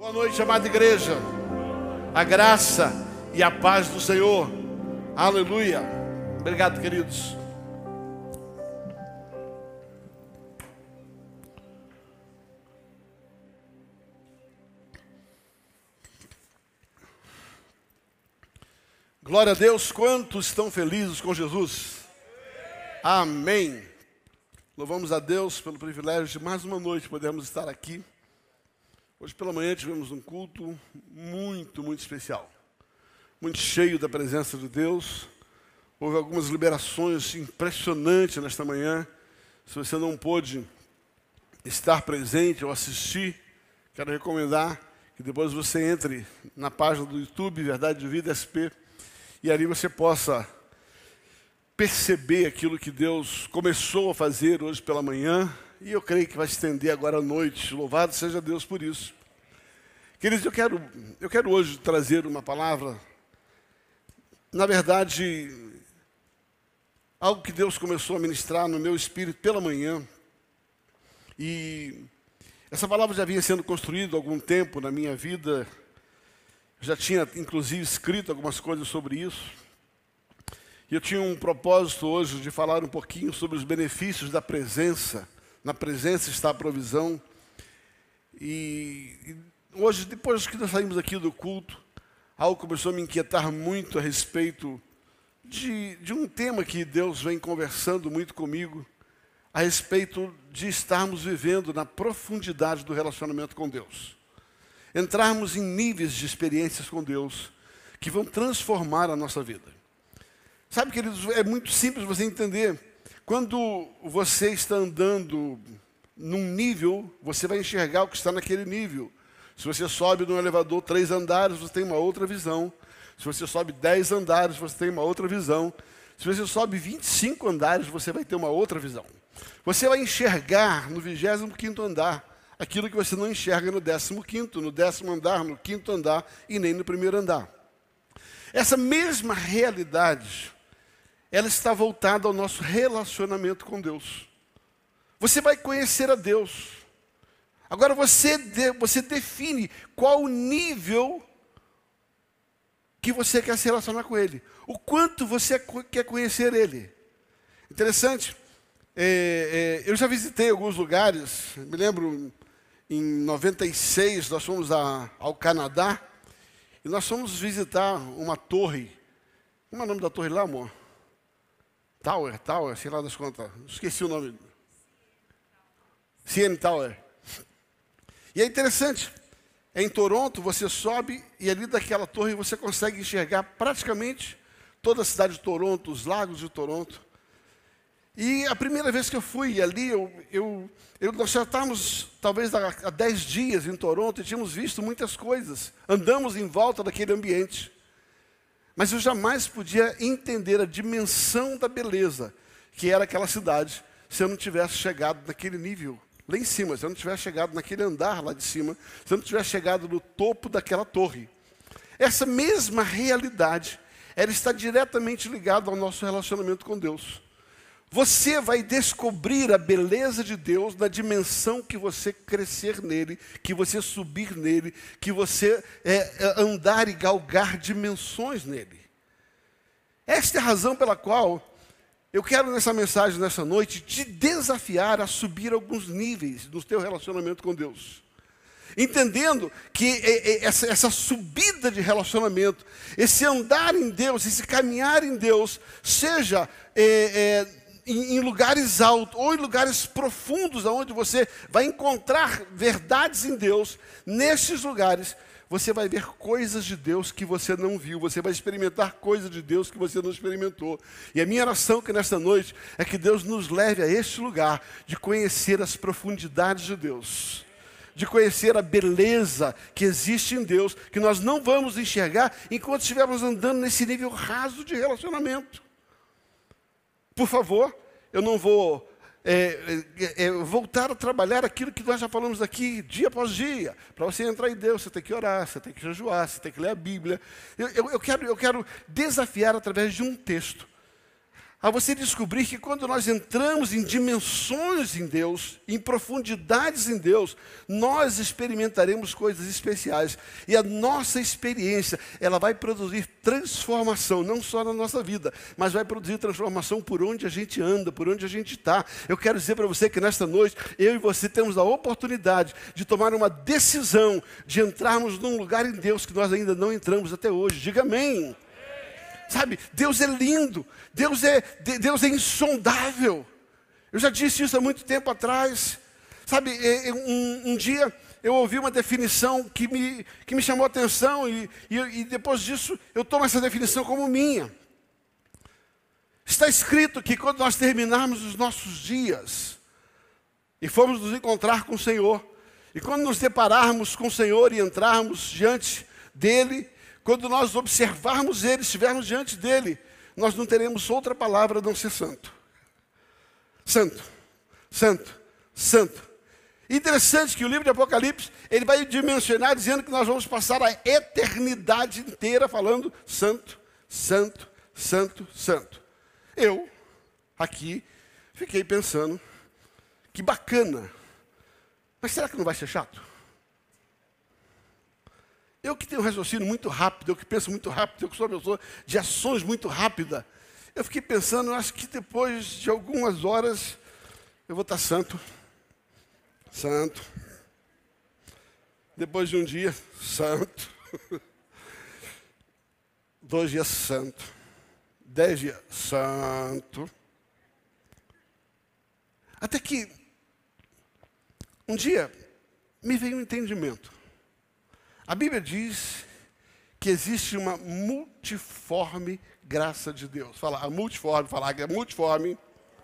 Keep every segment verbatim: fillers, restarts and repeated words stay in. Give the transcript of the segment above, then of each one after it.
Boa noite, amada igreja. A graça e a paz do Senhor. Aleluia. Obrigado, queridos. Glória a Deus. Quantos estão felizes com Jesus? Amém. Louvamos a Deus pelo privilégio de mais uma noite podermos estar aqui. Hoje pela manhã tivemos um culto muito, muito especial. Muito cheio da presença de Deus. Houve algumas liberações impressionantes nesta manhã. Se você não pôde estar presente ou assistir, quero recomendar que depois você entre na página do YouTube, Verdade de Vida S P, e ali você possa perceber aquilo que Deus começou a fazer hoje pela manhã, e eu creio que vai estender agora à noite. Louvado seja Deus por isso. Queridos, eu quero, eu quero hoje trazer uma palavra, na verdade, algo que Deus começou a ministrar no meu espírito pela manhã. E essa palavra já vinha sendo construída há algum tempo na minha vida. Eu já tinha, inclusive, escrito algumas coisas sobre isso. E eu tinha um propósito hoje de falar um pouquinho sobre os benefícios da presença. Na presença está a provisão. E, e hoje, depois que nós saímos aqui do culto, algo começou a me inquietar muito a respeito de, de um tema que Deus vem conversando muito comigo, a respeito de estarmos vivendo na profundidade do relacionamento com Deus. Entrarmos em níveis de experiências com Deus que vão transformar a nossa vida. Sabe, queridos, é muito simples você entender. Quando você está andando num nível, você vai enxergar o que está naquele nível. Se você sobe num elevador três andares, você tem uma outra visão. Se você sobe dez andares, você tem uma outra visão. Se você sobe vinte e cinco andares, você vai ter uma outra visão. Você vai enxergar no vigésimo quinto andar aquilo que você não enxerga no décimo quinto, no décimo andar, no quinto andar e nem no primeiro andar. Essa mesma realidade, ela está voltada ao nosso relacionamento com Deus. Você vai conhecer a Deus. Agora você, de, você define qual o nível que você quer se relacionar com Ele. O quanto você quer conhecer Ele. Interessante. É, é, eu já visitei alguns lugares. Me lembro, em noventa e seis, nós fomos a, ao Canadá. E nós fomos visitar uma torre. Como é o nome da torre lá, amor? Tower, Tower, sei lá das contas. Esqueci o nome. C N Tower. E é interessante. É em Toronto, você sobe e ali daquela torre você consegue enxergar praticamente toda a cidade de Toronto, os lagos de Toronto. E a primeira vez que eu fui ali, eu, eu, eu, nós já estávamos talvez há, há dez dias em Toronto e tínhamos visto muitas coisas. Andamos em volta daquele ambiente. Mas eu jamais podia entender a dimensão da beleza que era aquela cidade se eu não tivesse chegado naquele nível, lá em cima, se eu não tivesse chegado naquele andar lá de cima, se eu não tivesse chegado no topo daquela torre. Essa mesma realidade, ela está diretamente ligada ao nosso relacionamento com Deus. Você vai descobrir a beleza de Deus na dimensão que você crescer nele, que você subir nele, que você é, andar e galgar dimensões nele. Esta é a razão pela qual eu quero nessa mensagem, nessa noite, te desafiar a subir alguns níveis do teu relacionamento com Deus. Entendendo que essa, essa subida de relacionamento, esse andar em Deus, esse caminhar em Deus, seja é, é, em, em lugares altos ou em lugares profundos, onde você vai encontrar verdades em Deus, nesses lugares, você vai ver coisas de Deus que você não viu, você vai experimentar coisas de Deus que você não experimentou. E a minha oração que nesta noite é que Deus nos leve a este lugar de conhecer as profundidades de Deus, de conhecer a beleza que existe em Deus, que nós não vamos enxergar enquanto estivermos andando nesse nível raso de relacionamento. Por favor, eu não vou é, é, é, voltar a trabalhar aquilo que nós já falamos aqui, dia após dia. Para você entrar em Deus, você tem que orar, você tem que jejuar, você tem que ler a Bíblia. Eu, eu, eu, quero, eu quero desafiar através de um texto a você descobrir que quando nós entramos em dimensões em Deus, em profundidades em Deus, nós experimentaremos coisas especiais. E a nossa experiência, ela vai produzir transformação, não só na nossa vida, mas vai produzir transformação por onde a gente anda, por onde a gente está. Eu quero dizer para você que nesta noite, eu e você temos a oportunidade de tomar uma decisão, de entrarmos num lugar em Deus que nós ainda não entramos até hoje. Diga amém. Sabe, Deus é lindo, Deus é, Deus é insondável. Eu já disse isso há muito tempo atrás. Sabe, um, um dia eu ouvi uma definição que me, que me chamou a atenção e, e, e depois disso eu tomo essa definição como minha. Está escrito que quando nós terminarmos os nossos dias e formos nos encontrar com o Senhor, e quando nos depararmos com o Senhor e entrarmos diante dEle, quando nós observarmos Ele, estivermos diante dEle, nós não teremos outra palavra a não ser santo. Santo, santo, santo. Interessante que o livro de Apocalipse, ele vai dimensionar dizendo que nós vamos passar a eternidade inteira falando santo, santo, santo, santo. Eu, aqui, fiquei pensando, que bacana. Mas será que não vai ser chato? Eu que tenho um raciocínio muito rápido, eu que penso muito rápido, eu que sou uma pessoa de ações muito rápida. Eu fiquei pensando, eu acho que depois de algumas horas, eu vou estar santo. Santo. Depois de um dia, santo. Dois dias, santo. Dez dias, santo. Até que, um dia, me veio um entendimento. A Bíblia diz que existe uma multiforme graça de Deus. Fala, a multiforme, falar que é multiforme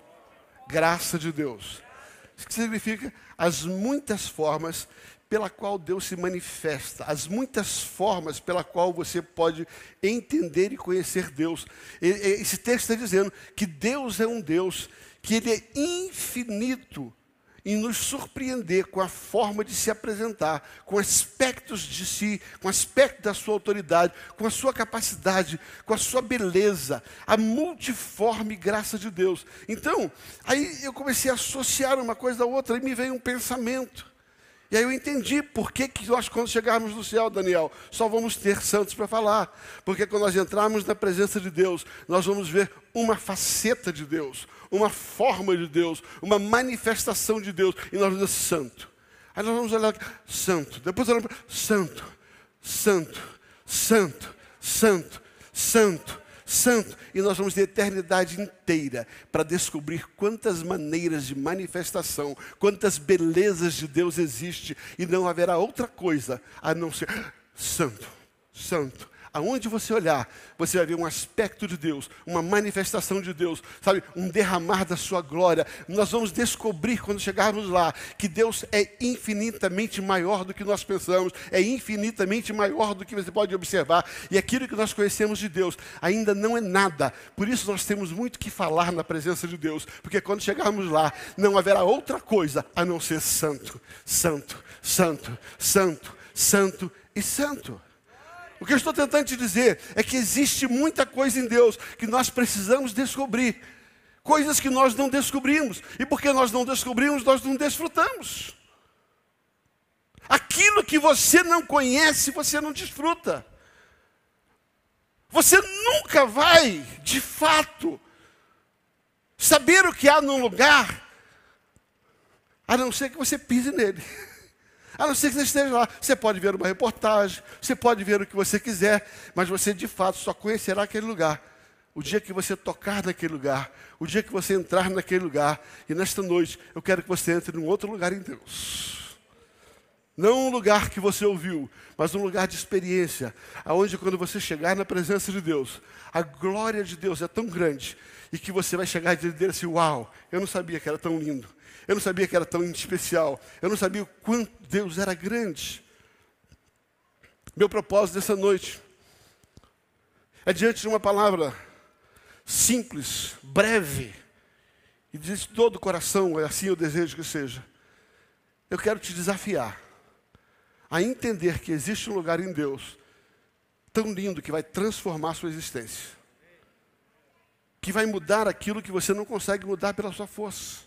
graça de Deus. Isso que significa as muitas formas pela qual Deus se manifesta, as muitas formas pela qual você pode entender e conhecer Deus. Esse texto está dizendo que Deus é um Deus, que Ele é infinito em nos surpreender com a forma de se apresentar, com aspectos de si, com aspectos da sua autoridade, com a sua capacidade, com a sua beleza, a multiforme graça de Deus. Então, aí eu comecei a associar uma coisa à outra e me veio um pensamento. E aí eu entendi por que, que nós, quando chegarmos no céu, Daniel, só vamos ter santos para falar. Porque quando nós entrarmos na presença de Deus, nós vamos ver uma faceta de Deus, uma forma de Deus, uma manifestação de Deus. E nós vamos dizer santo. Aí nós vamos olhar aqui, santo. Depois olhamos para santo, santo, santo, santo, santo, santo. E nós vamos ter a eternidade inteira para descobrir quantas maneiras de manifestação, quantas belezas de Deus existe. E não haverá outra coisa a não ser santo, santo. Aonde você olhar, você vai ver um aspecto de Deus, uma manifestação de Deus, sabe, um derramar da sua glória. Nós vamos descobrir quando chegarmos lá, que Deus é infinitamente maior do que nós pensamos, é infinitamente maior do que você pode observar. E aquilo que nós conhecemos de Deus ainda não é nada. Por isso nós temos muito que falar na presença de Deus, porque quando chegarmos lá, não haverá outra coisa a não ser santo, santo, santo, santo, santo e santo. O que eu estou tentando te dizer é que existe muita coisa em Deus que nós precisamos descobrir. Coisas que nós não descobrimos. E porque nós não descobrimos, nós não desfrutamos. Aquilo que você não conhece, você não desfruta. Você nunca vai, de fato, saber o que há num lugar, a não ser que você pise nele. A não ser que você esteja lá. Você pode ver uma reportagem, você pode ver o que você quiser, mas você de fato só conhecerá aquele lugar o dia que você tocar naquele lugar, o dia que você entrar naquele lugar. E nesta noite eu quero que você entre num outro lugar em Deus. Não um lugar que você ouviu, mas um lugar de experiência, aonde quando você chegar na presença de Deus, a glória de Deus é tão grande, e que você vai chegar e dizer assim, uau, eu não sabia que era tão lindo. Eu não sabia que era tão especial. Eu não sabia o quanto Deus era grande. Meu propósito dessa noite é diante de uma palavra simples, breve, e de todo o coração, é assim eu desejo que seja. Eu quero te desafiar a entender que existe um lugar em Deus tão lindo que vai transformar a sua existência. Que que vai mudar aquilo que você não consegue mudar pela sua força.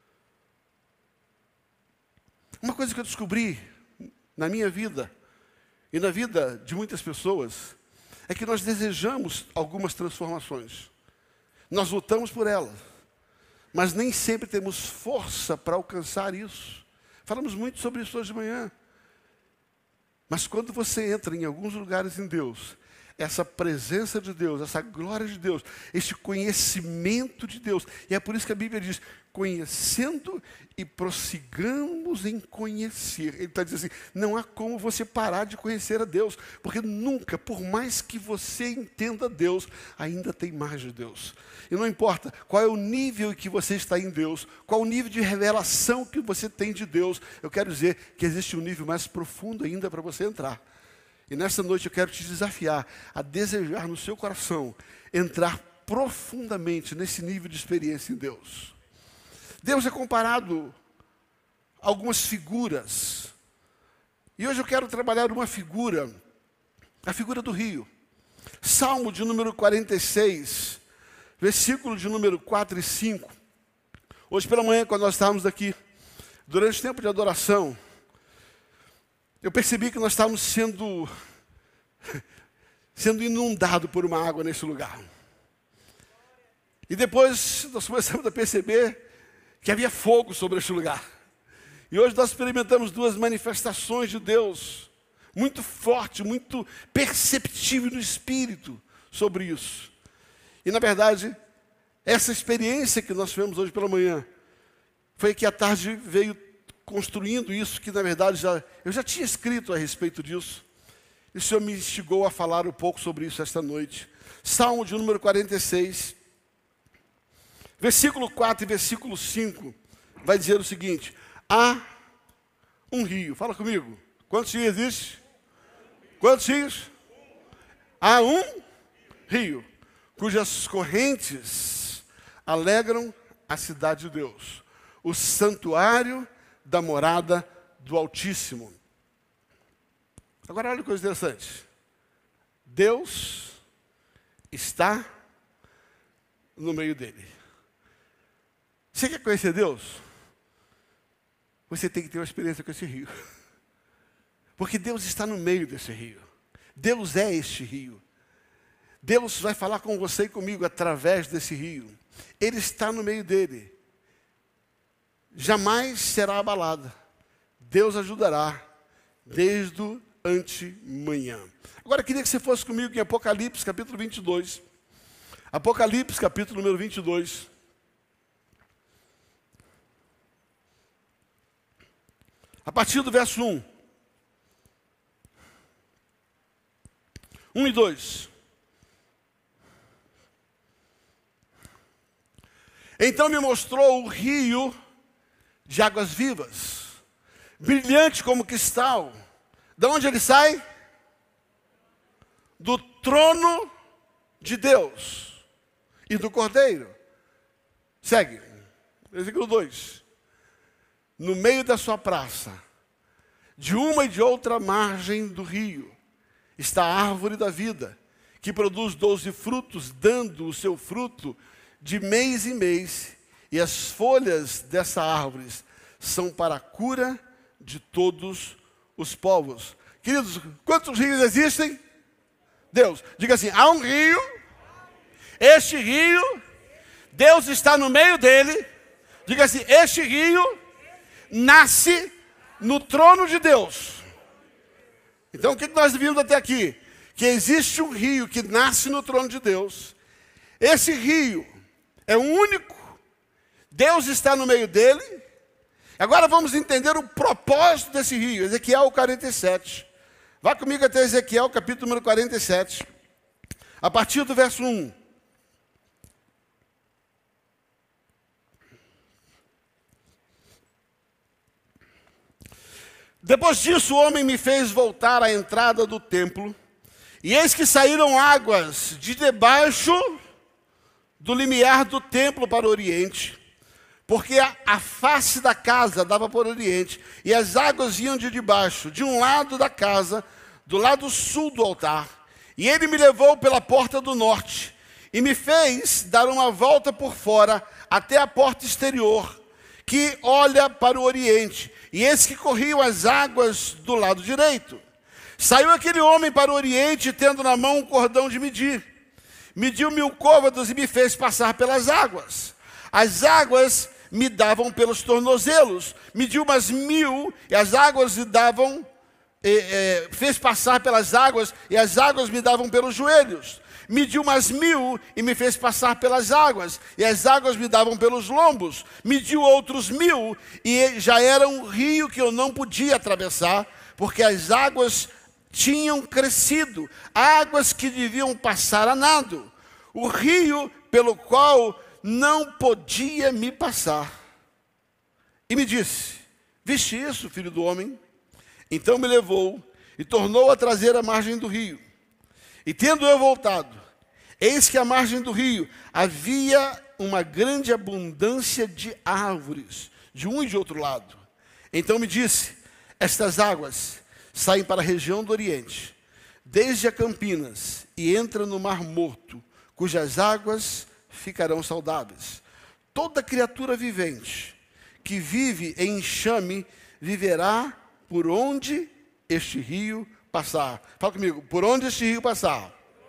Uma coisa que eu descobri na minha vida e na vida de muitas pessoas é que nós desejamos algumas transformações. Nós lutamos por elas, mas nem sempre temos força para alcançar isso. Falamos muito sobre isso hoje de manhã. Mas quando você entra em alguns lugares em Deus, essa presença de Deus, essa glória de Deus, esse conhecimento de Deus, e é por isso que a Bíblia diz, conhecendo e prossigamos em conhecer. Ele está dizendo assim, não há como você parar de conhecer a Deus, porque nunca, por mais que você entenda Deus, ainda tem mais de Deus. E não importa qual é o nível em que você está em Deus, qual o nível de revelação que você tem de Deus, eu quero dizer que existe um nível mais profundo ainda para você entrar. E nessa noite eu quero te desafiar a desejar no seu coração entrar profundamente nesse nível de experiência em Deus. Deus é comparado a algumas figuras. E hoje eu quero trabalhar uma figura, a figura do rio. Salmo de número quarenta e seis, versículo de número quatro e cinco. Hoje pela manhã, quando nós estávamos aqui, durante o tempo de adoração, eu percebi que nós estávamos sendo, sendo inundados por uma água nesse lugar. E depois nós começamos a perceber que havia fogo sobre este lugar. E hoje nós experimentamos duas manifestações de Deus, muito forte, muito perceptível no Espírito sobre isso. E na verdade, essa experiência que nós tivemos hoje pela manhã, foi que à tarde veio construindo isso, que na verdade já, eu já tinha escrito a respeito disso. E o Senhor me instigou a falar um pouco sobre isso esta noite. Salmo de número quarenta e seis, versículo quatro e versículo cinco, vai dizer o seguinte, há um rio, fala comigo, quantos rios existe? Quantos rios? Há um rio, cujas correntes alegram a cidade de Deus, o santuário da morada do Altíssimo. Agora olha que coisa interessante. Deus está no meio dele. Você quer conhecer Deus? Você tem que ter uma experiência com esse rio. Porque Deus está no meio desse rio. Deus é este rio. Deus vai falar com você e comigo através desse rio. Ele está no meio dele. Jamais será abalada. Deus ajudará desde o antemanhã. Agora eu queria que você fosse comigo em Apocalipse, capítulo vinte e dois. Apocalipse, capítulo número vinte e dois. A partir do verso um. um e dois. Então me mostrou o rio de águas vivas, brilhante como cristal. De onde ele sai? Do trono de Deus e do Cordeiro. Segue, versículo dois. No meio da sua praça, de uma e de outra margem do rio, está a árvore da vida, que produz doze frutos, dando o seu fruto de mês em mês, e as folhas dessa árvore são para a cura de todos os povos. Queridos, quantos rios existem? Deus, diga assim, há um rio, este rio, Deus está no meio dele, diga assim, este rio nasce no trono de Deus. Então o que nós vimos até aqui? Que existe um rio que nasce no trono de Deus. Esse rio é o único, Deus está no meio dele. Agora vamos entender o propósito desse rio. Ezequiel quarenta e sete. Vá comigo até Ezequiel, capítulo número quarenta e sete. A partir do verso um. Depois disso, o homem me fez voltar à entrada do templo, e eis que saíram águas de debaixo do limiar do templo para o oriente, porque a, a face da casa dava para o oriente, e as águas iam de debaixo, de um lado da casa, do lado sul do altar. E ele me levou pela porta do norte, e me fez dar uma volta por fora até a porta exterior, que olha para o oriente, e eis que corriam as águas do lado direito. Saiu aquele homem para o oriente, tendo na mão um cordão de medir. Mediu mil côvados e me fez passar pelas águas. As águas me davam pelos tornozelos. Mediu umas mil, e as águas me davam, eh, eh, fez passar pelas águas, e as águas me davam pelos joelhos. Mediu umas mil e me fez passar pelas águas, e as águas me davam pelos lombos. Mediu outros mil, e já era um rio que eu não podia atravessar, porque as águas tinham crescido, águas que deviam passar a nado. O rio pelo qual não podia me passar. E me disse: viste isso, filho do homem? Então me levou e tornou a trazer à margem do rio. E tendo eu voltado, eis que à margem do rio havia uma grande abundância de árvores, de um e de outro lado. Então me disse: estas águas saem para a região do Oriente, desde a Campinas, e entram no Mar Morto, cujas águas ficarão saudáveis. Toda criatura vivente que vive em enxame viverá por onde este rio passar. Fala comigo, por onde este rio passar,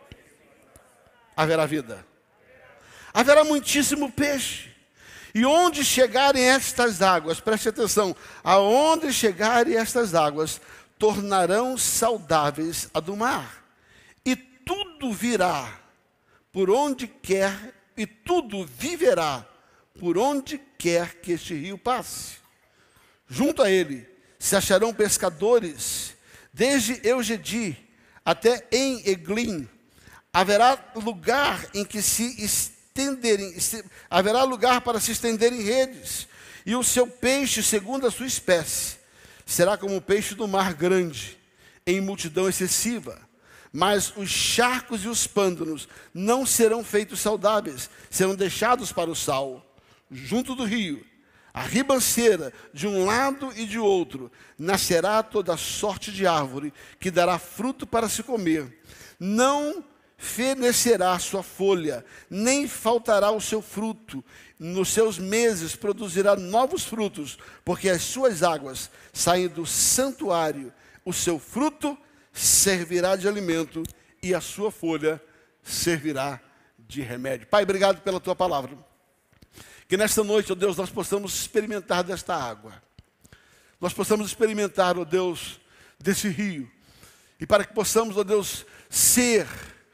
haverá vida. Haverá muitíssimo peixe. E onde chegarem estas águas, preste atenção, aonde chegarem estas águas, tornarão saudáveis a do mar. E tudo virá por onde quer, e tudo viverá por onde quer que este rio passe. Junto a ele se acharão pescadores, desde Eugedi até em Eglim. Haverá lugar em que se estenderem, se, haverá lugar para se estenderem redes, e o seu peixe, segundo a sua espécie, será como o peixe do mar grande, em multidão excessiva. Mas os charcos e os pântanos não serão feitos saudáveis, serão deixados para o sal. Junto do rio, a ribanceira, de um lado e de outro, nascerá toda sorte de árvore, que dará fruto para se comer. Não fenecerá a sua folha, nem faltará o seu fruto. Nos seus meses produzirá novos frutos, porque as suas águas saem do santuário. O seu fruto servirá de alimento, e a sua folha servirá de remédio. Pai, obrigado pela tua palavra. Que nesta noite, ó Deus, nós possamos experimentar desta água. Nós possamos experimentar, ó Deus, desse rio. E para que possamos, ó Deus, ser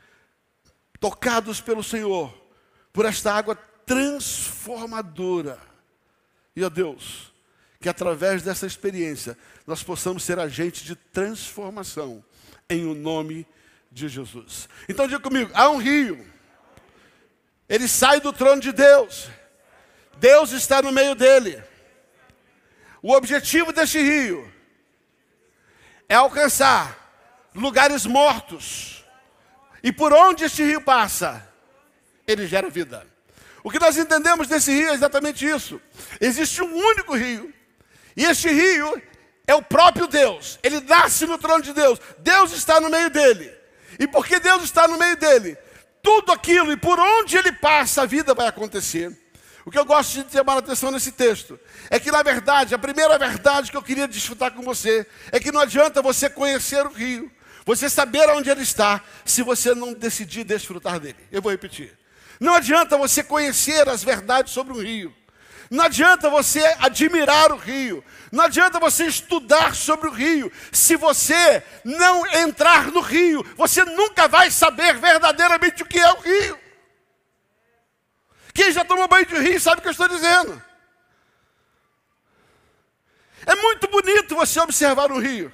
tocados pelo Senhor, por esta água transformadora. E, ó Deus, que através dessa experiência, nós possamos ser agentes de transformação, em o nome de Jesus. Então diga comigo, há um rio. Ele sai do trono de Deus. Deus está no meio dele. O objetivo deste rio é alcançar lugares mortos. E por onde este rio passa, ele gera vida. O que nós entendemos desse rio é exatamente isso. Existe um único rio. E este rio é o próprio Deus. Ele nasce no trono de Deus. Deus está no meio dele. E porque Deus está no meio dele, tudo aquilo e por onde ele passa, a vida vai acontecer. O que eu gosto de chamar a atenção nesse texto é que, na verdade, a primeira verdade que eu queria desfrutar com você é que não adianta você conhecer o rio, você saber onde ele está, se você não decidir desfrutar dele. Eu vou repetir. Não adianta você conhecer as verdades sobre o rio. Não adianta você admirar o rio. Não adianta você estudar sobre o rio. Se você não entrar no rio, você nunca vai saber verdadeiramente o que é o rio. Quem já tomou banho de rio sabe o que eu estou dizendo. É muito bonito você observar o rio.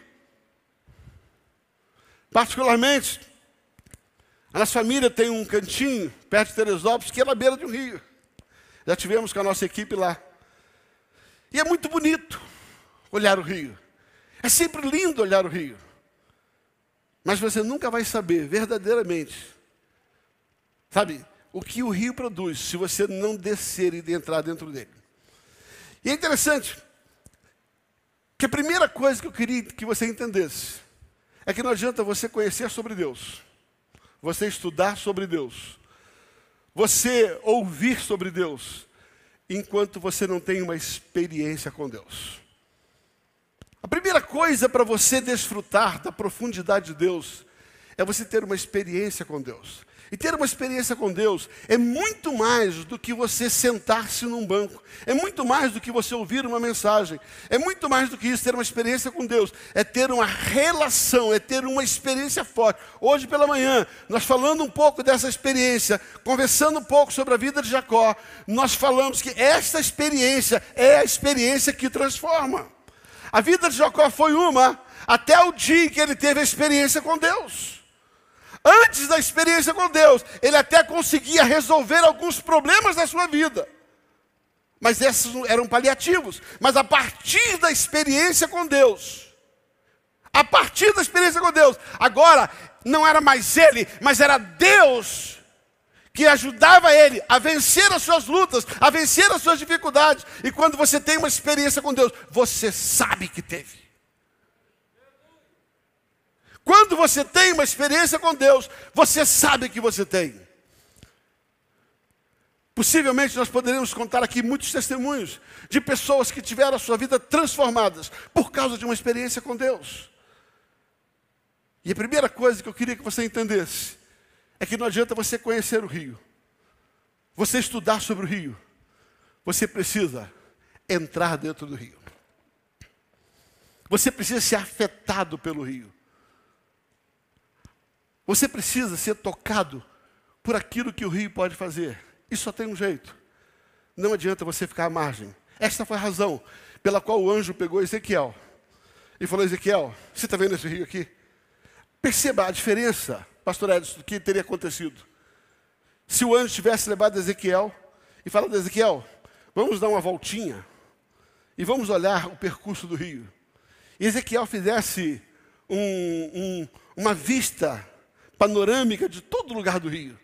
Particularmente, a nossa família tem um cantinho perto de Teresópolis que é na beira de um rio. Já tivemos com a nossa equipe lá. E é muito bonito olhar o rio. É sempre lindo olhar o rio. Mas você nunca vai saber verdadeiramente, sabe, o que o rio produz se você não descer e entrar dentro dele. E é interessante que a primeira coisa que eu queria que você entendesse é que não adianta você conhecer sobre Deus, você estudar sobre Deus, você ouvir sobre Deus enquanto você não tem uma experiência com Deus. A primeira coisa para você desfrutar da profundidade de Deus é você ter uma experiência com Deus. E ter uma experiência com Deus é muito mais do que você sentar-se num banco. É muito mais do que você ouvir uma mensagem. É muito mais do que isso, ter uma experiência com Deus. É ter uma relação, é ter uma experiência forte. Hoje pela manhã, nós falando um pouco dessa experiência, conversando um pouco sobre a vida de Jacó, nós falamos que esta experiência é a experiência que transforma. A vida de Jacó foi uma, até o dia em que ele teve a experiência com Deus. Antes da experiência com Deus, ele até conseguia resolver alguns problemas da sua vida. Mas esses eram paliativos. Mas a partir da experiência com Deus, a partir da experiência com Deus, agora não era mais ele, mas era Deus que ajudava ele a vencer as suas lutas, a vencer as suas dificuldades. E quando você tem uma experiência com Deus, você sabe que teve. Quando você tem uma experiência com Deus, você sabe que você tem. Possivelmente nós poderíamos contar aqui muitos testemunhos de pessoas que tiveram a sua vida transformadas por causa de uma experiência com Deus. E a primeira coisa que eu queria que você entendesse é que não adianta você conhecer o rio, você estudar sobre o rio, você precisa entrar dentro do rio. Você precisa ser afetado pelo rio. Você precisa ser tocado por aquilo que o rio pode fazer. E só tem um jeito. Não adianta você ficar à margem. Esta foi a razão pela qual o anjo pegou Ezequiel e falou: Ezequiel, você está vendo esse rio aqui? Perceba a diferença, pastor Edson, do que teria acontecido. Se o anjo tivesse levado Ezequiel e falado: Ezequiel, vamos dar uma voltinha e vamos olhar o percurso do rio. E Ezequiel fizesse um, um, uma vista panorâmica de todo lugar do rio.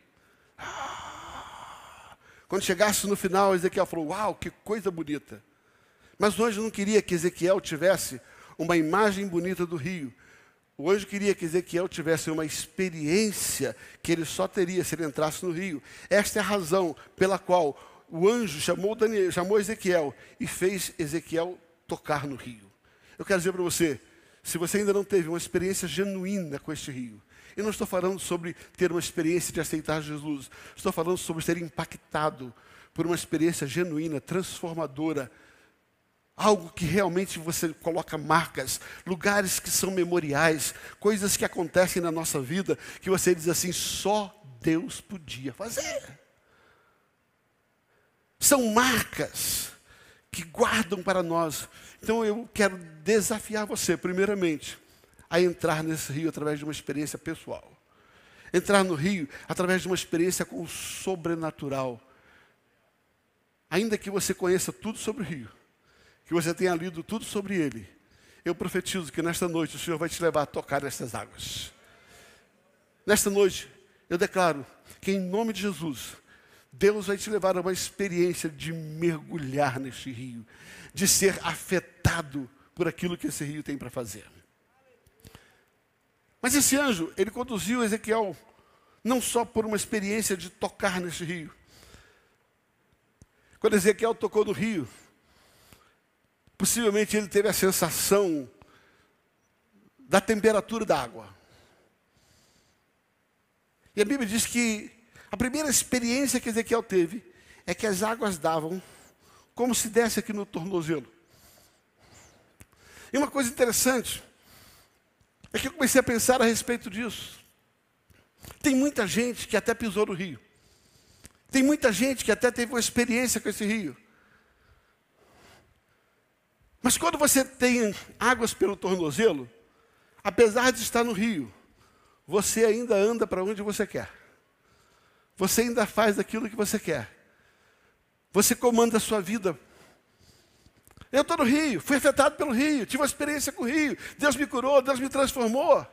Quando chegasse no final, Ezequiel falou: uau, que coisa bonita. Mas o anjo não queria que Ezequiel tivesse uma imagem bonita do rio. O anjo queria que Ezequiel tivesse uma experiência que ele só teria se ele entrasse no rio. Esta é a razão pela qual o anjo chamou, Daniel, chamou Ezequiel e fez Ezequiel tocar no rio. Eu quero dizer para você, se você ainda não teve uma experiência genuína com este rio, e não estou falando sobre ter uma experiência de aceitar Jesus, estou falando sobre ser impactado por uma experiência genuína, transformadora, algo que realmente você coloca marcas, lugares que são memoriais, coisas que acontecem na nossa vida, que você diz assim: só Deus podia fazer. São marcas que guardam para nós. Então eu quero desafiar você, primeiramente, a entrar nesse rio através de uma experiência pessoal. Entrar no rio através de uma experiência com o sobrenatural. Ainda que você conheça tudo sobre o rio, que você tenha lido tudo sobre ele, eu profetizo que nesta noite o Senhor vai te levar a tocar nessas águas. Nesta noite, eu declaro que em nome de Jesus, Deus vai te levar a uma experiência de mergulhar neste rio, de ser afetado por aquilo que esse rio tem para fazer. Mas esse anjo, ele conduziu Ezequiel não só por uma experiência de tocar nesse rio. Quando Ezequiel tocou no rio, possivelmente ele teve a sensação da temperatura da água. E a Bíblia diz que a primeira experiência que Ezequiel teve é que as águas davam como se desse aqui no tornozelo. E uma coisa interessante é que eu comecei a pensar a respeito disso. Tem muita gente que até pisou no rio. Tem muita gente que até teve uma experiência com esse rio. Mas quando você tem águas pelo tornozelo, apesar de estar no rio, você ainda anda para onde você quer. Você ainda faz aquilo que você quer. Você comanda a sua vida. Eu estou no rio, fui afetado pelo rio, tive uma experiência com o rio. Deus me curou, Deus me transformou.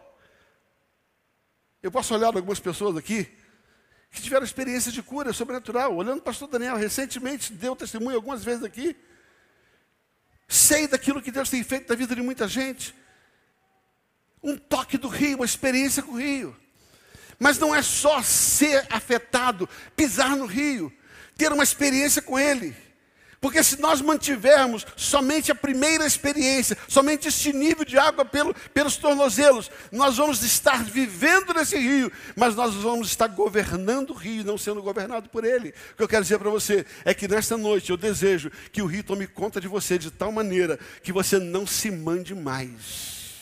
Eu posso olhar algumas pessoas aqui que tiveram experiência de cura sobrenatural. Olhando o pastor Daniel, recentemente deu testemunho algumas vezes aqui. Sei daquilo que Deus tem feito na vida de muita gente. Um toque do rio, uma experiência com o rio. Mas não é só ser afetado, pisar no rio, ter uma experiência com ele. Porque se nós mantivermos somente a primeira experiência, somente este nível de água pelo, pelos tornozelos, nós vamos estar vivendo nesse rio, mas nós vamos estar governando o rio, não sendo governado por ele. O que eu quero dizer para você é que nesta noite eu desejo que o rio tome conta de você de tal maneira que você não se mande mais.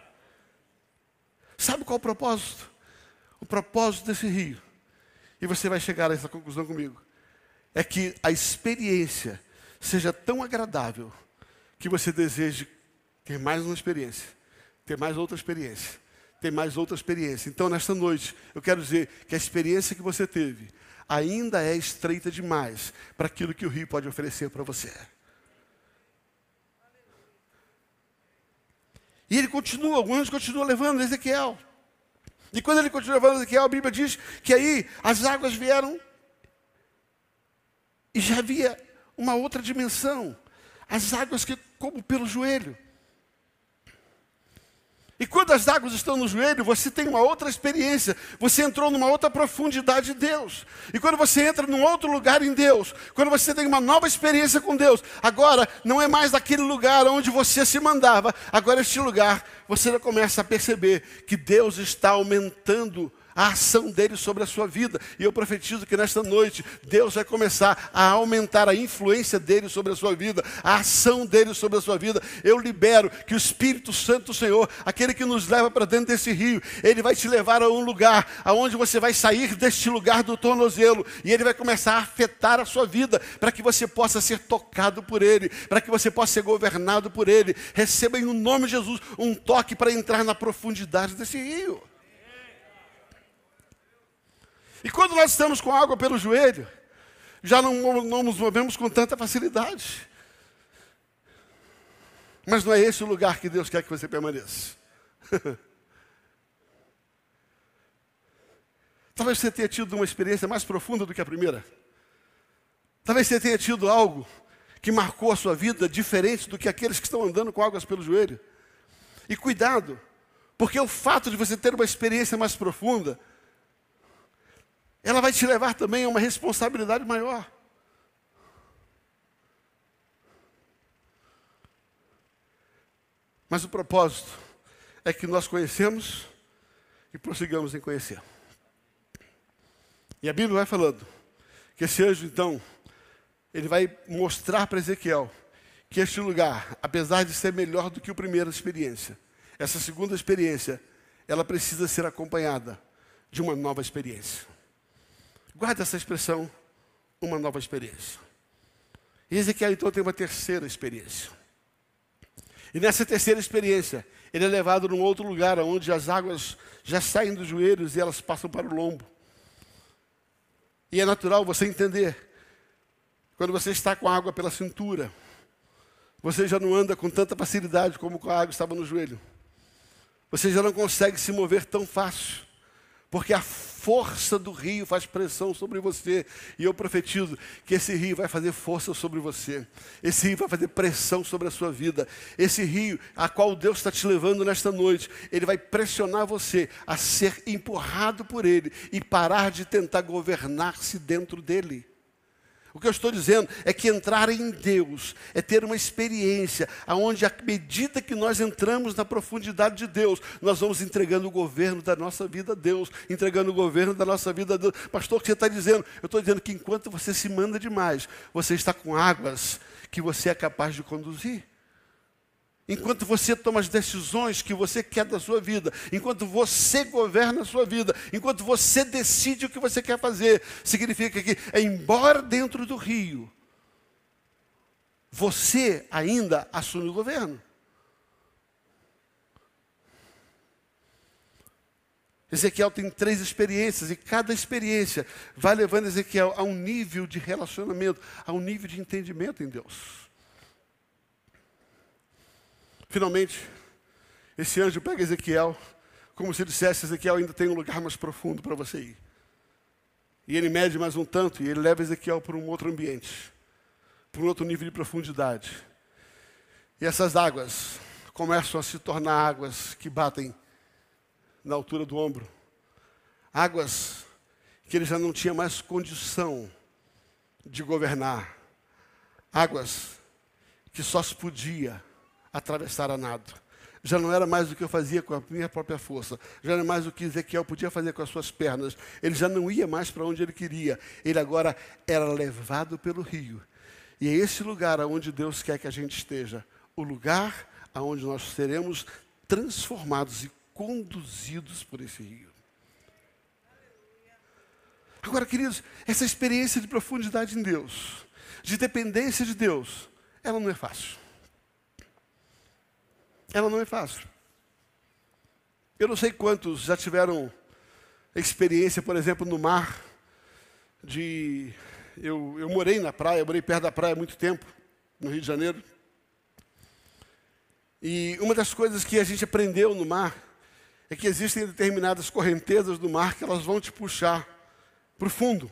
Sabe qual é o propósito? O propósito desse rio, e você vai chegar a essa conclusão comigo, é que a experiência seja tão agradável que você deseje ter mais uma experiência, ter mais outra experiência, ter mais outra experiência. Então, nesta noite, eu quero dizer que a experiência que você teve ainda é estreita demais para aquilo que o rio pode oferecer para você. E ele continua, o anjo continua levando Ezequiel. E quando ele continua levando Ezequiel, a Bíblia diz que aí as águas vieram e já havia uma outra dimensão. As águas que como pelo joelho. E quando as águas estão no joelho, você tem uma outra experiência. Você entrou numa outra profundidade de Deus. E quando você entra num outro lugar em Deus, quando você tem uma nova experiência com Deus, agora não é mais daquele lugar onde você se mandava. Agora este lugar, você já começa a perceber que Deus está aumentando a ação dele sobre a sua vida. E eu profetizo que nesta noite Deus vai começar a aumentar a influência dele sobre a sua vida, a ação dele sobre a sua vida. Eu libero que o Espírito Santo do Senhor, aquele que nos leva para dentro desse rio, ele vai te levar a um lugar aonde você vai sair deste lugar do tornozelo e ele vai começar a afetar a sua vida, para que você possa ser tocado por ele, para que você possa ser governado por ele. Receba em nome de Jesus um toque para entrar na profundidade desse rio. E quando nós estamos com água pelo joelho, já não, não nos movemos com tanta facilidade. Mas não é esse o lugar que Deus quer que você permaneça. Talvez você tenha tido uma experiência mais profunda do que a primeira. Talvez você tenha tido algo que marcou a sua vida diferente do que aqueles que estão andando com águas pelo joelho. E cuidado, porque o fato de você ter uma experiência mais profunda, ela vai te levar também a uma responsabilidade maior. Mas o propósito é que nós conhecemos e prossigamos em conhecer. E a Bíblia vai falando que esse anjo, então, ele vai mostrar para Ezequiel que este lugar, apesar de ser melhor do que a primeira experiência, essa segunda experiência, ela precisa ser acompanhada de uma nova experiência. Guarda essa expressão, uma nova experiência. E Ezequiel então tem uma terceira experiência. E nessa terceira experiência, ele é levado num outro lugar, onde as águas já saem dos joelhos e elas passam para o lombo. E é natural você entender, quando você está com a água pela cintura, você já não anda com tanta facilidade como com a água estava no joelho. Você já não consegue se mover tão fácil, porque a força do rio faz pressão sobre você. E eu profetizo que esse rio vai fazer força sobre você. Esse rio vai fazer pressão sobre a sua vida. Esse rio a qual Deus está te levando nesta noite, ele vai pressionar você a ser empurrado por ele e parar de tentar governar-se dentro dele. O que eu estou dizendo é que entrar em Deus é ter uma experiência onde, à medida que nós entramos na profundidade de Deus, nós vamos entregando o governo da nossa vida a Deus, entregando o governo da nossa vida a Deus. Pastor, o que você está dizendo? Eu estou dizendo que enquanto você se manda demais, você está com águas que você é capaz de conduzir. Enquanto você toma as decisões que você quer da sua vida, enquanto você governa a sua vida, enquanto você decide o que você quer fazer, significa que, embora dentro do rio, você ainda assume o governo. Ezequiel tem três experiências e cada experiência vai levando Ezequiel a um nível de relacionamento, a um nível de entendimento em Deus. Finalmente, esse anjo pega Ezequiel, como se dissesse: Ezequiel, ainda tem um lugar mais profundo para você ir. E ele mede mais um tanto e ele leva Ezequiel para um outro ambiente, para um outro nível de profundidade. E essas águas começam a se tornar águas que batem na altura do ombro. águas que ele já não tinha mais condição de governar, águas que só se podia atravessar a nado. Já não era mais o que eu fazia com a minha própria força, já não era mais o que Ezequiel podia fazer com as suas pernas, ele já não ia mais para onde ele queria, ele agora era levado pelo rio. E é esse lugar aonde Deus quer que a gente esteja, o lugar aonde nós seremos transformados e conduzidos por esse rio. Agora, queridos, essa experiência de profundidade em Deus, de dependência de Deus, ela não é fácil. Ela não é fácil. Eu não sei quantos já tiveram experiência, por exemplo, no mar, de... Eu, eu morei na praia, eu morei perto da praia há muito tempo, no Rio de Janeiro. E uma das coisas que a gente aprendeu no mar é que existem determinadas correntezas do mar que elas vão te puxar para o fundo.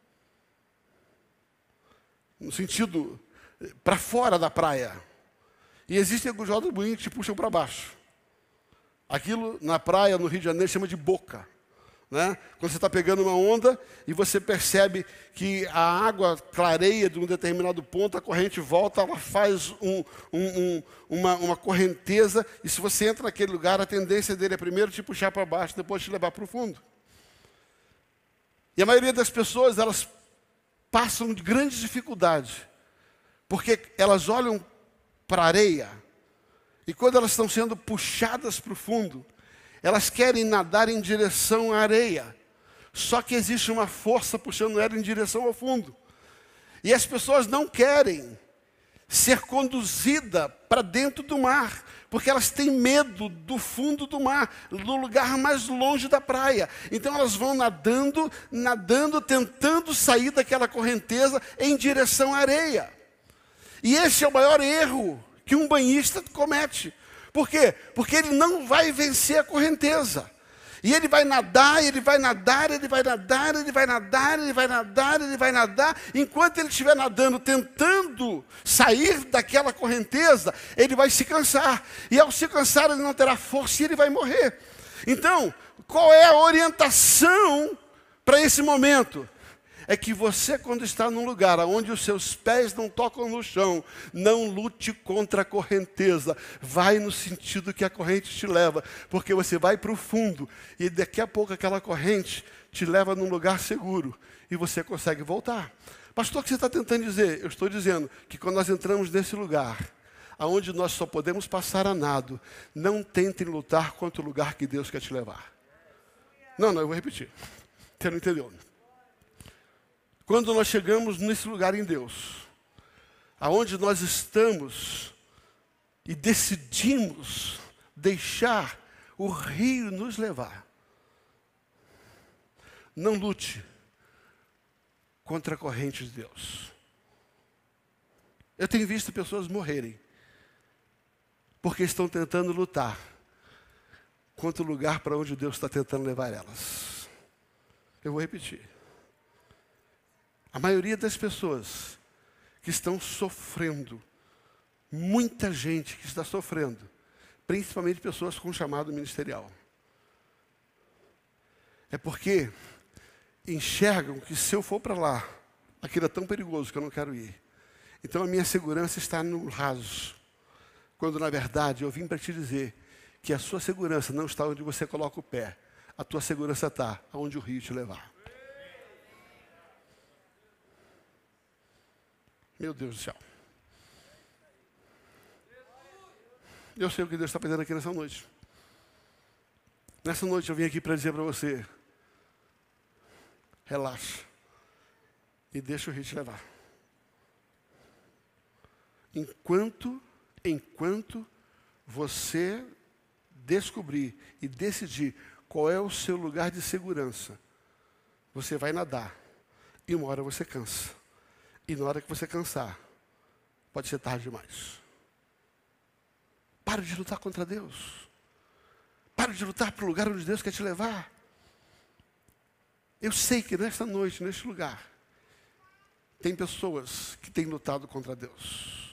No sentido, para fora da praia. E existem alguns rodas moinhos que te puxam para baixo. Aquilo na praia, no Rio de Janeiro, chama de boca. Né? Quando você está pegando uma onda e você percebe que a água clareia de um determinado ponto, a corrente volta, ela faz um, um, um, uma, uma correnteza, e se você entra naquele lugar, a tendência dele é primeiro te puxar para baixo, depois te levar para o fundo. E a maioria das pessoas, elas passam de grandes dificuldades, porque elas olham para a areia, e quando elas estão sendo puxadas para o fundo, elas querem nadar em direção à areia. Só que existe uma força puxando ela em direção ao fundo. E as pessoas não querem ser conduzidas para dentro do mar, porque elas têm medo do fundo do mar, do lugar mais longe da praia. Então elas vão nadando, nadando, tentando sair daquela correnteza em direção à areia. E esse é o maior erro que um banhista comete. Por quê? Porque ele não vai vencer a correnteza. E ele vai nadar, ele vai nadar, ele vai nadar, ele vai nadar, ele vai nadar, ele vai nadar. Enquanto ele estiver nadando, tentando sair daquela correnteza, ele vai se cansar. E ao se cansar, ele não terá força e ele vai morrer. Então, qual é a orientação para esse momento? É que você, quando está num lugar onde os seus pés não tocam no chão, não lute contra a correnteza. Vai no sentido que a corrente te leva, porque você vai para o fundo, e daqui a pouco aquela corrente te leva num lugar seguro, e você consegue voltar. Pastor, o que você está tentando dizer? Eu estou dizendo que quando nós entramos nesse lugar, aonde nós só podemos passar a nado, não tentem lutar contra o lugar que Deus quer te levar. Não, não, eu vou repetir. Você não entendeu? Quando nós chegamos nesse lugar em Deus, aonde nós estamos e decidimos deixar o rio nos levar, não lute contra a corrente de Deus. Eu tenho visto pessoas morrerem porque estão tentando lutar contra o lugar para onde Deus está tentando levar elas. Eu vou repetir. A maioria das pessoas que estão sofrendo, muita gente que está sofrendo, principalmente pessoas com chamado ministerial, é porque enxergam que se eu for para lá, aquilo é tão perigoso que eu não quero ir. Então a minha segurança está no raso, quando na verdade eu vim para te dizer que a sua segurança não está onde você coloca o pé, a tua segurança está onde o rio te levar. Meu Deus do céu. Eu sei o que Deus está fazendo aqui nessa noite. Nessa noite eu vim aqui para dizer para você, relaxa e deixa o rio te levar. Enquanto, enquanto você descobrir e decidir qual é o seu lugar de segurança, você vai nadar e uma hora você cansa. E na hora que você cansar, pode ser tarde demais. Para de lutar contra Deus. Para de lutar para o lugar onde Deus quer te levar. Eu sei que nesta noite, neste lugar, tem pessoas que têm lutado contra Deus.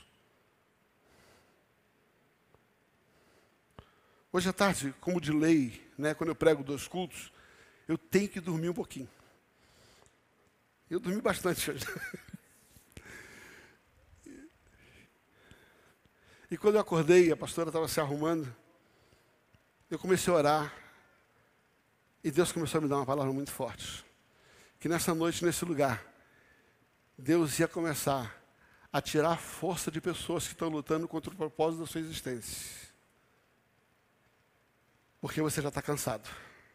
Hoje à tarde, como de lei, né, quando eu prego dois cultos, eu tenho que dormir um pouquinho. Eu dormi bastante hoje. E quando eu acordei, a pastora estava se arrumando, eu comecei a orar, e Deus começou a me dar uma palavra muito forte. Que nessa noite, nesse lugar, Deus ia começar a tirar a força de pessoas que estão lutando contra o propósito da sua existência. Porque você já está cansado.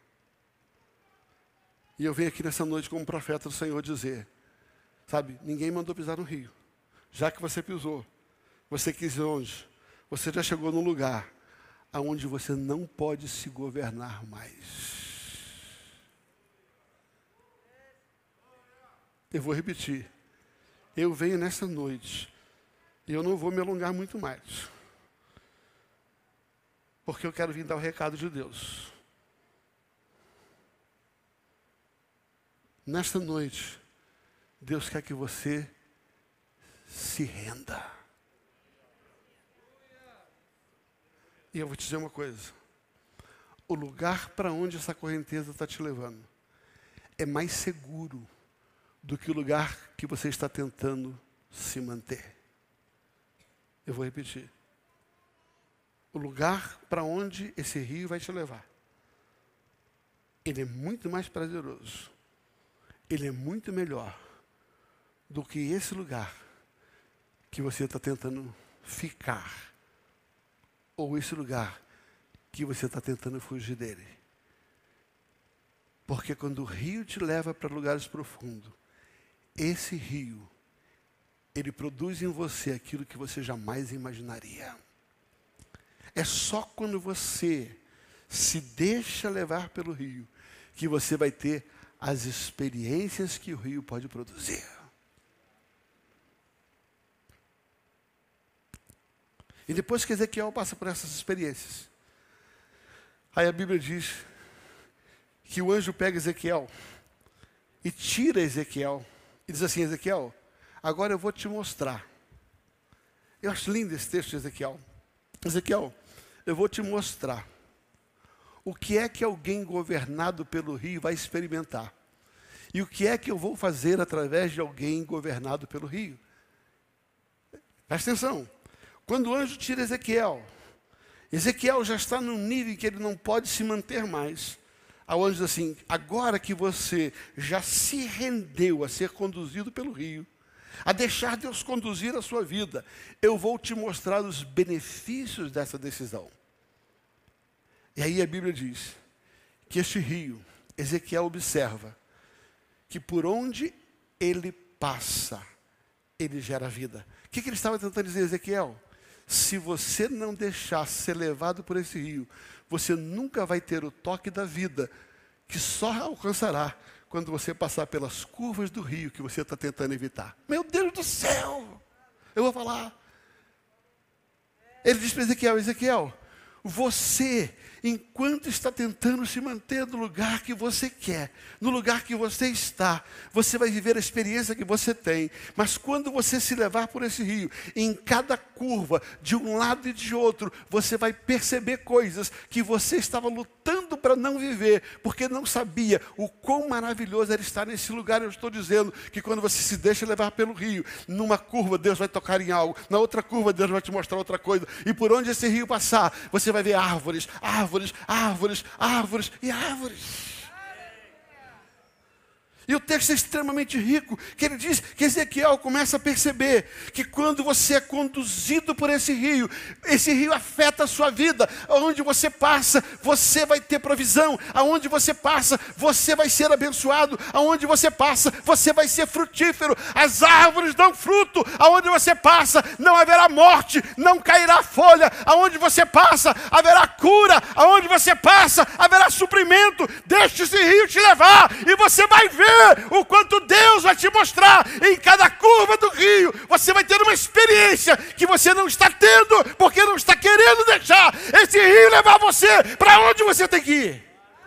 E eu venho aqui nessa noite como profeta do Senhor dizer, sabe, ninguém mandou pisar no rio. Já que você pisou, você quis ir onde? Você já chegou num lugar aonde você não pode se governar mais. Eu vou repetir. Eu venho nessa noite e eu não vou me alongar muito mais. Porque eu quero vir dar o recado de Deus. Nesta noite, Deus quer que você se renda. E eu vou te dizer uma coisa. O lugar para onde essa correnteza está te levando é mais seguro do que o lugar que você está tentando se manter. Eu vou repetir. O lugar para onde esse rio vai te levar, ele é muito mais prazeroso. Ele é muito melhor do que esse lugar que você está tentando ficar. Ou esse lugar que você está tentando fugir dele. Porque quando o rio te leva para lugares profundos, esse rio, ele produz em você aquilo que você jamais imaginaria. É só quando você se deixa levar pelo rio que você vai ter as experiências que o rio pode produzir. E depois que Ezequiel passa por essas experiências, aí a Bíblia diz que o anjo pega Ezequiel e tira Ezequiel e diz assim, Ezequiel, agora eu vou te mostrar. Eu acho lindo esse texto de Ezequiel. Ezequiel, eu vou te mostrar o que é que alguém governado pelo rio vai experimentar. E o que é que eu vou fazer através de alguém governado pelo rio. Presta atenção. Quando o anjo tira Ezequiel, Ezequiel já está num nível em que ele não pode se manter mais. Aí o anjo diz assim, agora que você já se rendeu a ser conduzido pelo rio, a deixar Deus conduzir a sua vida, eu vou te mostrar os benefícios dessa decisão. E aí a Bíblia diz que este rio, Ezequiel observa, que por onde ele passa, ele gera vida. O que, que ele estava tentando dizer, Ezequiel? Se você não deixar ser levado por esse rio, você nunca vai ter o toque da vida, que só alcançará quando você passar pelas curvas do rio que você está tentando evitar. Meu Deus do céu! Eu vou falar. Ele diz para Ezequiel, Ezequiel, você, enquanto está tentando se manter no lugar que você quer, no lugar que você está, você vai viver a experiência que você tem. Mas quando você se levar por esse rio, em cada curva, de um lado e de outro, você vai perceber coisas que você estava lutando para não viver, porque não sabia o quão maravilhoso era estar nesse lugar. Eu estou dizendo que quando você se deixa levar pelo rio, numa curva Deus vai tocar em algo, na outra curva Deus vai te mostrar outra coisa, e por onde esse rio passar, você vai ver árvores, árvores, árvores, árvores e árvores. E o texto é extremamente rico, que ele diz que Ezequiel começa a perceber que quando você é conduzido por esse rio, esse rio afeta a sua vida. Aonde você passa, você vai ter provisão. Aonde você passa, você vai ser abençoado. Aonde você passa, você vai ser frutífero. As árvores dão fruto. Aonde você passa, não haverá morte, não cairá folha. Aonde você passa, haverá cura. Aonde você passa, haverá suprimento. Deixe esse rio te levar e você vai ver o quanto Deus vai te mostrar em cada curva do rio. Você vai ter uma experiência que você não está tendo, porque não está querendo deixar esse rio levar você para onde você tem que ir.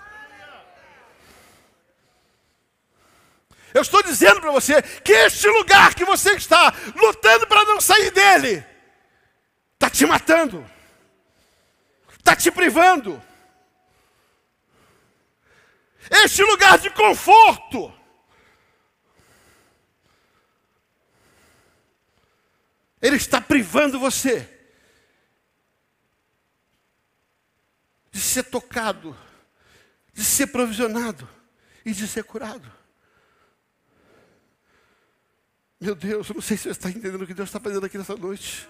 Eu estou dizendo para você que este lugar que você está lutando para não sair dele, está te matando, está te privando. neste lugar de conforto. Ele está privando você de ser tocado, de ser provisionado e de ser curado. Meu Deus, eu não sei se você está entendendo o que Deus está fazendo aqui nessa noite.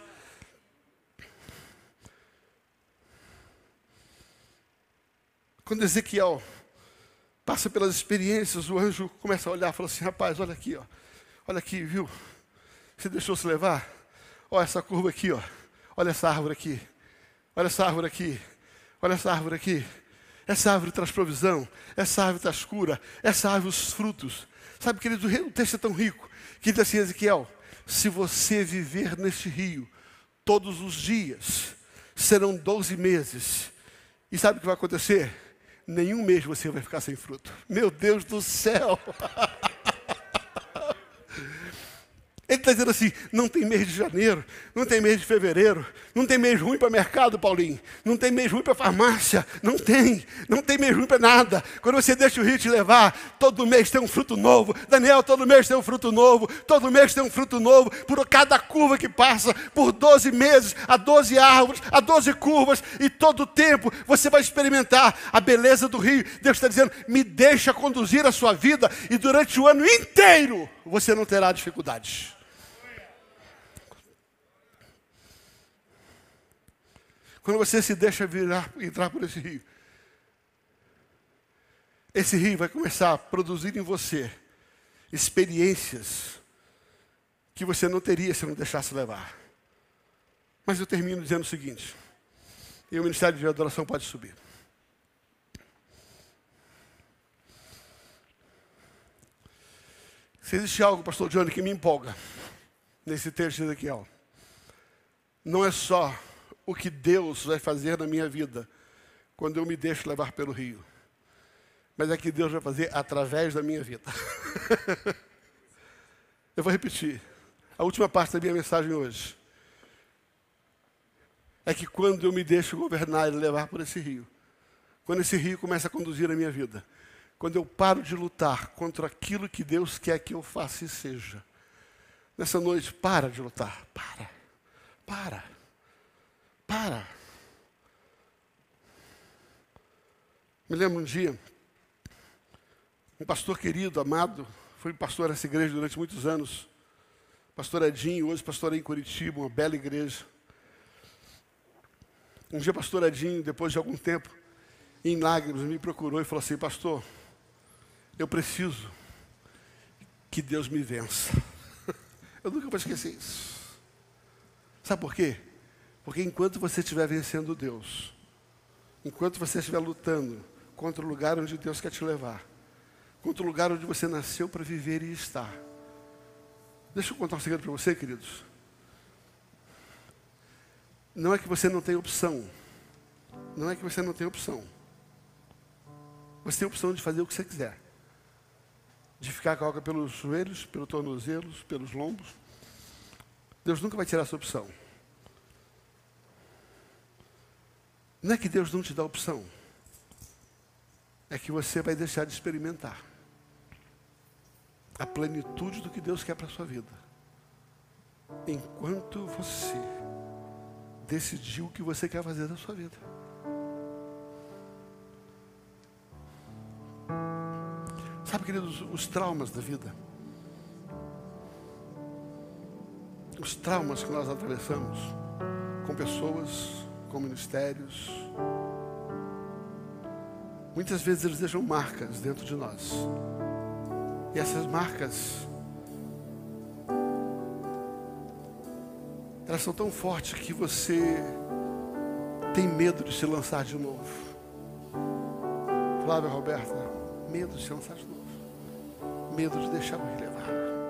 Quando Ezequiel passa pelas experiências, o anjo começa a olhar e fala assim, rapaz, olha aqui, ó. Olha aqui, viu? Você deixou se levar? Olha essa curva aqui, ó. Olha essa árvore aqui. Olha essa árvore aqui. Olha essa árvore aqui. Essa árvore traz provisão. Essa árvore traz cura. Essa árvore os frutos. Sabe, querido, o texto é tão rico que diz assim, Ezequiel, se você viver neste rio todos os dias, serão doze meses. E sabe o que vai acontecer? Nenhum mês você vai ficar sem fruto. Meu Deus do céu! Ele está dizendo assim, não tem mês de janeiro, não tem mês de fevereiro, não tem mês ruim para mercado, Paulinho, não tem mês ruim para farmácia, não tem, não tem mês ruim para nada. Quando você deixa o rio te levar, todo mês tem um fruto novo. Daniel, todo mês tem um fruto novo, todo mês tem um fruto novo, por cada curva que passa, por doze meses, a doze árvores, a doze curvas, e todo o tempo você vai experimentar a beleza do rio. Deus está dizendo, me deixa conduzir a sua vida, e durante o ano inteiro você não terá dificuldades. Quando você se deixa virar, entrar por esse rio, esse rio vai começar a produzir em você experiências que você não teria se não deixasse levar. Mas eu termino dizendo o seguinte, e o Ministério de Adoração pode subir. Se existe algo, pastor Johnny, que me empolga nesse texto de Ezequiel, não é só o que Deus vai fazer na minha vida quando eu me deixo levar pelo rio, mas é que Deus vai fazer através da minha vida. Eu vou repetir. A última parte da minha mensagem hoje é que quando eu me deixo governar e levar por esse rio, quando esse rio começa a conduzir a minha vida, quando eu paro de lutar contra aquilo que Deus quer que eu faça e seja, nessa noite, para de lutar. Para. Para. Para. Me lembro um dia, um pastor querido, amado, foi pastor nessa igreja durante muitos anos, pastor Edinho, hoje pastorei em Curitiba, uma bela igreja. Um dia pastor Edinho, depois de algum tempo, em lágrimas, me procurou e falou assim, pastor, eu preciso que Deus me vença. Eu nunca vou esquecer isso. Sabe por quê? Porque enquanto você estiver vencendo Deus, enquanto você estiver lutando contra o lugar onde Deus quer te levar, contra o lugar onde você nasceu para viver e estar. Deixa eu contar um segredo para você, queridos. Não é que você não tem opção. Não é que você não tem opção. Você tem a opção de fazer o que você quiser. De ficar com a água pelos joelhos, pelos tornozelos, pelos lombos. Deus nunca vai tirar essa opção. Não é que Deus não te dá opção. É que você vai deixar de experimentar a plenitude do que Deus quer para a sua vida. Enquanto você decidiu o que você quer fazer da sua vida. Sabe, queridos, os traumas da vida, os traumas que nós atravessamos com pessoas, com ministérios, muitas vezes eles deixam marcas dentro de nós. E essas marcas, elas são tão fortes que você tem medo de se lançar de novo. Flávia, Roberta, medo de se lançar de novo. Medo de deixar me levar.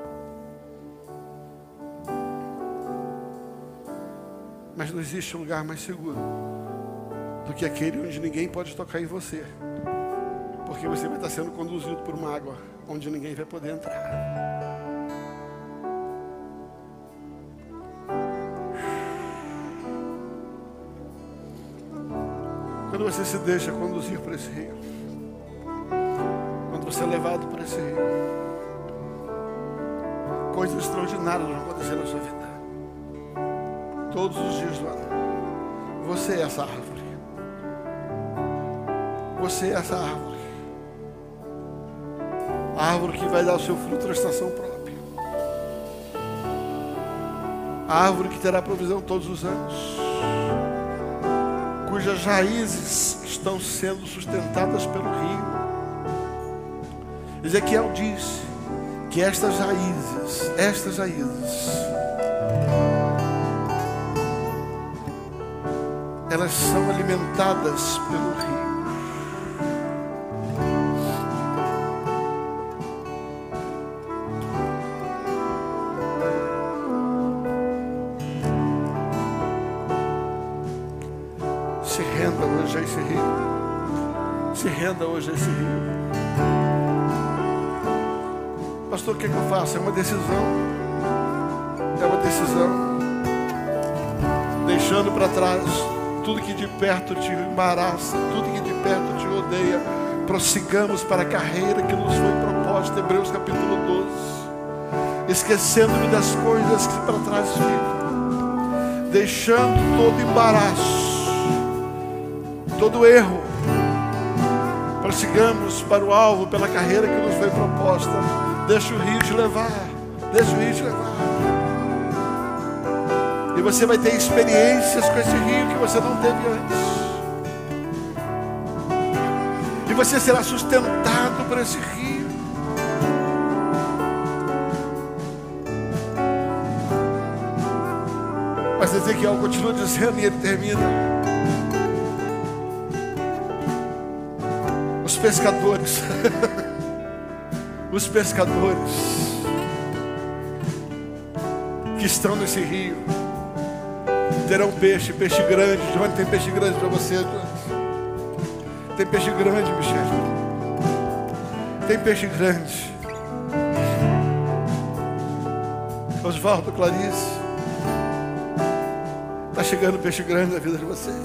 Mas não existe um lugar mais seguro do que aquele onde ninguém pode tocar em você. Porque você vai estar sendo conduzido por uma água onde ninguém vai poder entrar. Quando você se deixa conduzir por esse rio, você é levado por esse rio, coisas extraordinárias vão acontecer na sua vida. Todos os dias do ano. Você é essa árvore. Você é essa árvore. A árvore que vai dar o seu fruto na estação própria. A árvore que terá provisão todos os anos. Cujas raízes estão sendo sustentadas pelo rio. Ezequiel diz que estas raízes, estas raízes, elas são alimentadas pelo rio. Se renda hoje a esse rio. Se renda hoje a esse rio. Pastor, o que é que eu faço? É uma decisão. É uma decisão. Deixando para trás tudo que de perto te embaraça, tudo que de perto te odeia. Prossigamos para a carreira que nos foi proposta. Hebreus capítulo doze. Esquecendo-me das coisas que para trás ficam. Deixando todo embaraço, todo erro. Prossigamos para o alvo, pela carreira que nos foi proposta. Deixa o rio te levar. Deixa o rio te levar. E você vai ter experiências com esse rio que você não teve antes. E você será sustentado por esse rio. Mas Ezequiel continua dizendo e ele termina. Os pescadores, os pescadores que estão nesse rio terão peixe, peixe grande. João, tem peixe grande para você, João? Tem peixe grande, Michel. Tem peixe grande. Osvaldo, Clarice, está chegando peixe grande na vida de vocês.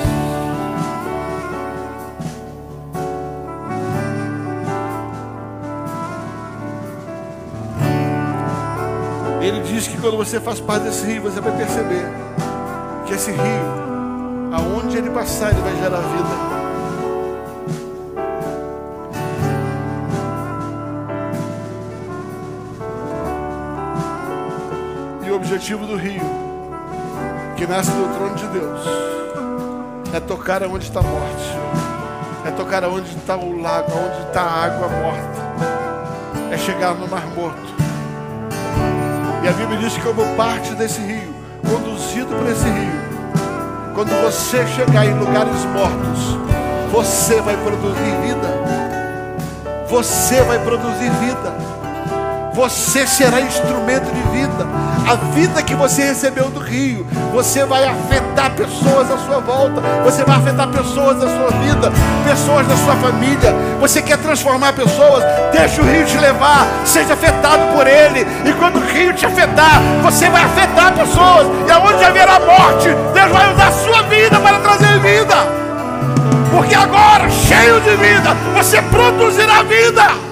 Ele diz que quando você faz parte desse rio, você vai perceber que esse rio, aonde ele passar, ele vai gerar vida. E o objetivo do rio, que nasce do trono de Deus, é tocar aonde está a morte, é tocar aonde está o lago, aonde está a água morta, é chegar no Mar Morto. E a Bíblia diz que como parte desse rio, conduzido por esse rio, quando você chegar em lugares mortos, você vai produzir vida. Você vai produzir vida. Você será instrumento de vida. A vida que você recebeu do rio, você vai afetar pessoas à sua volta. Você vai afetar pessoas da sua vida, pessoas da sua família. Você quer transformar pessoas? Deixa o rio te levar. Seja afetado por ele. E quando o rio te afetar, você vai afetar pessoas. E aonde haverá morte, Deus vai usar a sua vida para trazer vida. Porque agora, cheio de vida, você produzirá vida.